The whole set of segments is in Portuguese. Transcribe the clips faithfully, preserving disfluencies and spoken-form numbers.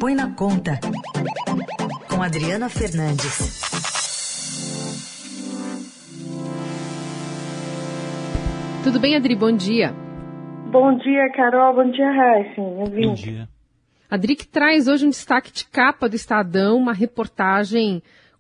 Põe na Conta, com Adriana Fernandes. Tudo bem, Adri? Bom dia. Bom dia, Carol. Bom dia, Raíssen. Bom dia. Adri, que traz hoje um destaque de capa do Estadão, uma reportagem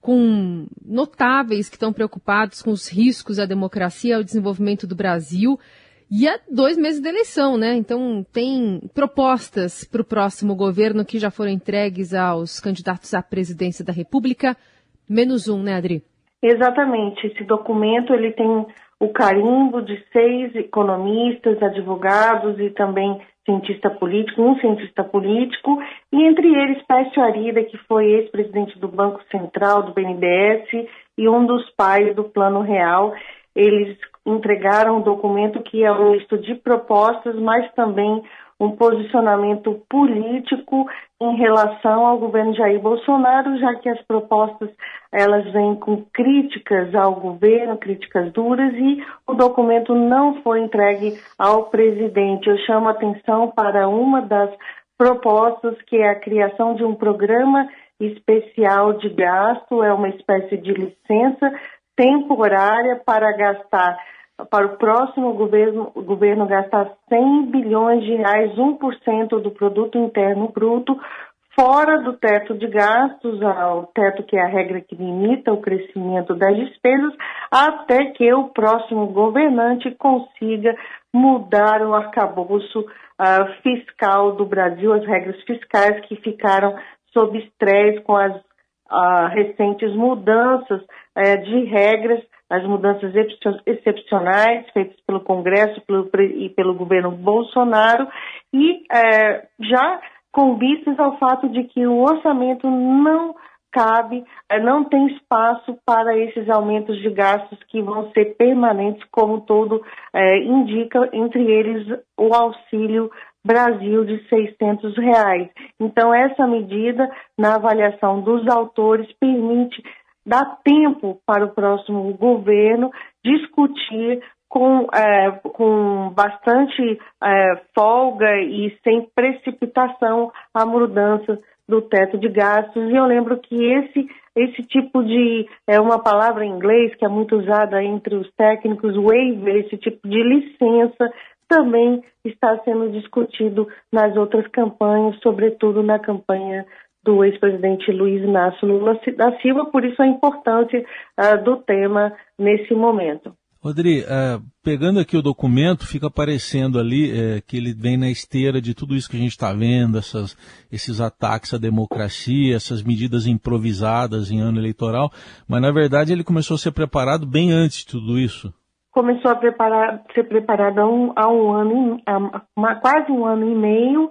com notáveis que estão preocupados com os riscos à democracia e ao desenvolvimento do Brasil. E há dois meses da eleição, né? Então, tem propostas para o próximo governo que já foram entregues aos candidatos à presidência da República. Menos um, né, Adri? Exatamente. Esse documento ele tem o carimbo de seis economistas, advogados e também cientista político, um cientista político, e entre eles Pércio Arida, que foi ex-presidente do Banco Central, do B N D E S, e um dos pais do Plano Real. Eles entregaram um documento que é um misto de propostas, mas também um posicionamento político em relação ao governo Jair Bolsonaro, já que as propostas elas vêm com críticas ao governo, críticas duras, e o documento não foi entregue ao presidente. Eu chamo a atenção para uma das propostas, que é a criação de um programa especial de gasto, é uma espécie de licença temporária para gastar, para o próximo governo, o governo gastar cem bilhões de reais, um por cento do produto interno bruto, fora do teto de gastos, o teto que é a regra que limita o crescimento das despesas, até que o próximo governante consiga mudar o arcabouço uh, fiscal do Brasil, as regras fiscais que ficaram sob estresse com as uh, recentes mudanças uh, de regras, as mudanças excepcionais feitas pelo Congresso pelo, e pelo governo Bolsonaro, e é, já com vistas ao fato de que o orçamento não cabe, é, não tem espaço para esses aumentos de gastos que vão ser permanentes, como todo é, indica, entre eles o Auxílio Brasil de seiscentos reais. Então, essa medida, na avaliação dos autores, permite dá tempo para o próximo governo discutir com, é, com bastante é, folga e sem precipitação a mudança do teto de gastos. E eu lembro que esse, esse tipo de, é uma palavra em inglês que é muito usada entre os técnicos, waiver, esse tipo de licença, também está sendo discutido nas outras campanhas, sobretudo na campanha do ex-presidente Luiz Inácio Lula da Silva, por isso a importância uh, do tema nesse momento. Rodrigo, uh, pegando aqui o documento, fica aparecendo ali uh, que ele vem na esteira de tudo isso que a gente está vendo, essas, esses ataques à democracia, essas medidas improvisadas em ano eleitoral, mas na verdade ele começou a ser preparado bem antes de tudo isso. Começou a preparar, ser preparado há um, há um ano, há uma, quase um ano e meio,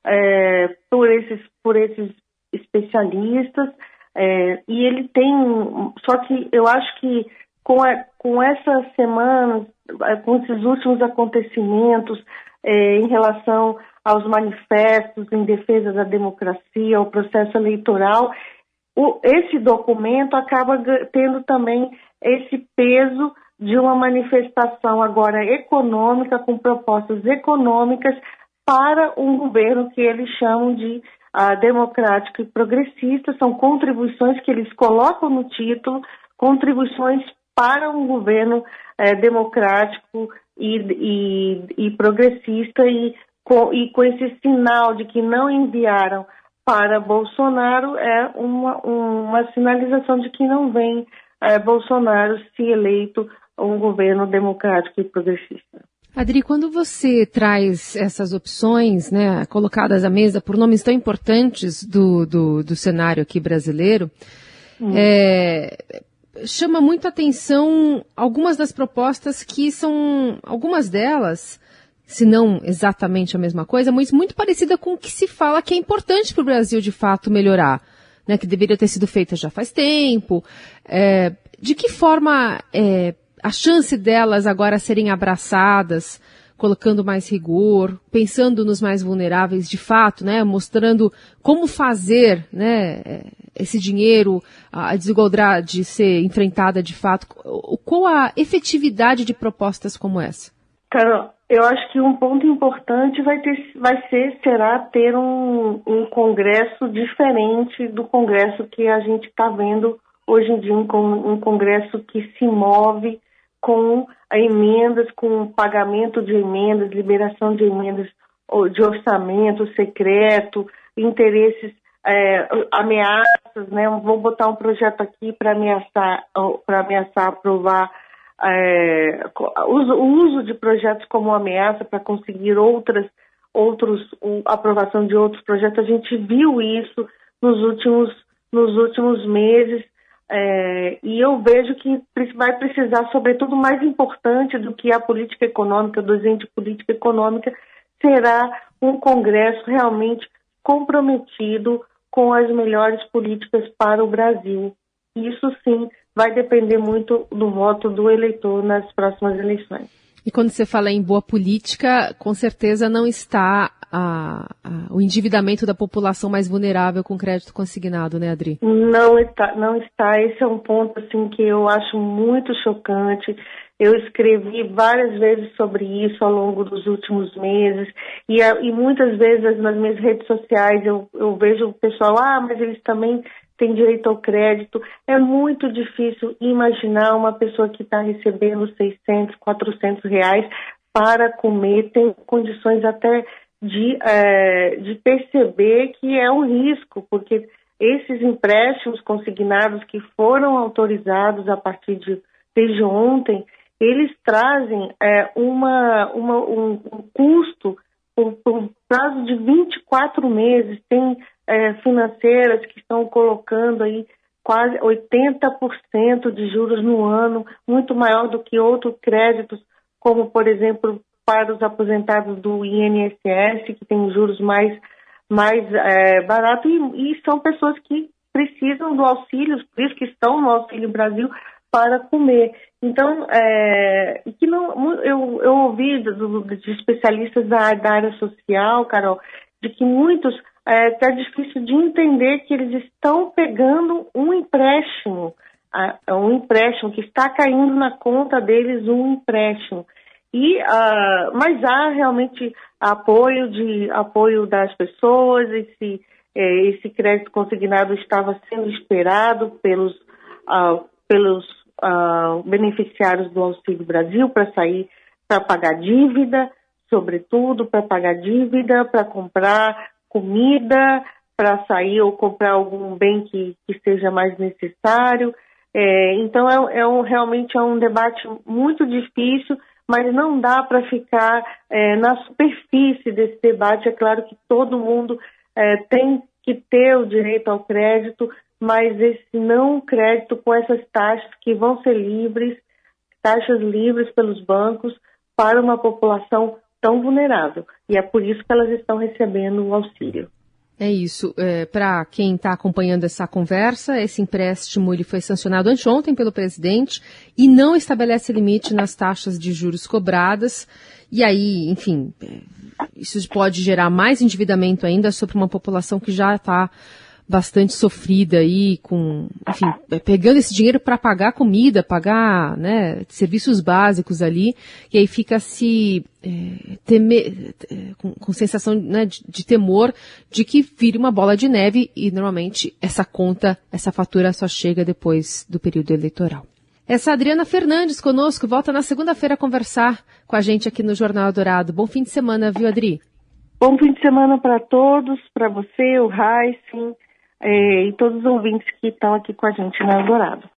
é, por esses, por esses especialistas, é, e ele tem, só que eu acho que com, a, com essas semanas, com esses últimos acontecimentos é, em relação aos manifestos em defesa da democracia, ao processo eleitoral, o, esse documento acaba tendo também esse peso de uma manifestação agora econômica, com propostas econômicas para um governo que eles chamam de Uh, democrático e progressista. São contribuições que eles colocam no título, contribuições para um governo uh, democrático e, e, e progressista, e com, e com esse sinal de que não enviaram para Bolsonaro, é uma, uma sinalização de que não vem uh, Bolsonaro, se eleito, um governo democrático e progressista. Adri, quando você traz essas opções, né, colocadas à mesa por nomes tão importantes do, do, do cenário aqui brasileiro, hum. é, chama muito a atenção algumas das propostas que são, algumas delas, se não exatamente a mesma coisa, mas muito parecida com o que se fala que é importante para o Brasil de fato melhorar, né, que deveria ter sido feita já faz tempo. É, de que forma é, a chance delas agora serem abraçadas, colocando mais rigor, pensando nos mais vulneráveis de fato, né, mostrando como fazer, né, esse dinheiro, a desigualdade ser enfrentada de fato, qual a efetividade de propostas como essa? Carol, Eu acho que um ponto importante vai, ter, vai ser, será ter um, um congresso diferente do congresso que a gente está vendo hoje em dia, um, um congresso que se move com emendas, com pagamento de emendas, liberação de emendas de orçamento secreto, interesses, é, ameaças, né? Vou botar um projeto aqui para ameaçar, para ameaçar aprovar é, o uso de projetos como ameaça para conseguir outras, outros, a aprovação de outros projetos. A gente viu isso nos últimos, nos últimos meses. É, e eu vejo que vai precisar, sobretudo, mais importante do que a política econômica, do desenho de política econômica, será um Congresso realmente comprometido com as melhores políticas para o Brasil. Isso, sim, vai depender muito do voto do eleitor nas próximas eleições. E quando você fala em boa política, com certeza não está a, a, o endividamento da população mais vulnerável com crédito consignado, né, Adri? Não está, não está. Esse é um ponto assim, que eu acho muito chocante. Eu escrevi várias vezes sobre isso ao longo dos últimos meses e, e muitas vezes nas minhas redes sociais eu, eu vejo o pessoal, ah, mas eles também têm direito ao crédito. É muito difícil imaginar uma pessoa que está recebendo seiscentos, quatrocentos reais para comer, tem condições até de, é, de perceber que é um risco, porque esses empréstimos consignados que foram autorizados a partir de desde ontem, eles trazem é, uma, uma, um, um custo por, por um prazo de vinte e quatro meses. Tem é, financeiras que estão colocando aí quase oitenta por cento de juros no ano, muito maior do que outros créditos, como, por exemplo, para os aposentados do I N S S, que tem juros mais, mais é, baratos, e, e são pessoas que precisam do auxílio, por isso que estão no Auxílio Brasil, para comer. Então, é, que não, eu, eu ouvi do, de especialistas da, da área social, Carol, de que muitos está é, difícil de entender que eles estão pegando um empréstimo, um empréstimo que está caindo na conta deles, um empréstimo. E, uh, mas há realmente apoio, de, apoio das pessoas, esse, é, esse crédito consignado estava sendo esperado pelos, uh, pelos uh, beneficiários do Auxílio Brasil para sair, para pagar dívida, sobretudo para pagar dívida, para comprar comida, para sair ou comprar algum bem que, que seja mais necessário. É, então, é, é um, realmente é um debate muito difícil, mas não dá para ficar é, na superfície desse debate. É claro que todo mundo é, tem que ter o direito ao crédito, mas esse não crédito com essas taxas que vão ser livres, taxas livres pelos bancos para uma população tão vulnerável. E é por isso que elas estão recebendo o auxílio. É isso. É, para quem está acompanhando essa conversa, esse empréstimo ele foi sancionado anteontem pelo presidente e não estabelece limite nas taxas de juros cobradas. E aí, enfim, isso pode gerar mais endividamento ainda sobre uma população que já está bastante sofrida aí, com, enfim, pegando esse dinheiro para pagar comida, pagar, né, serviços básicos ali, e aí fica se é, temer, é, com, com sensação, né, de, de temor de que vire uma bola de neve e normalmente essa conta, essa fatura só chega depois do período eleitoral. Essa é a Adriana Fernandes conosco, volta na segunda-feira a conversar com a gente aqui no Jornal Eldorado. Bom fim de semana, viu, Adri? Bom fim de semana para todos, para você, o Raíssen, É, e todos os ouvintes que estão aqui com a gente no Eldorado.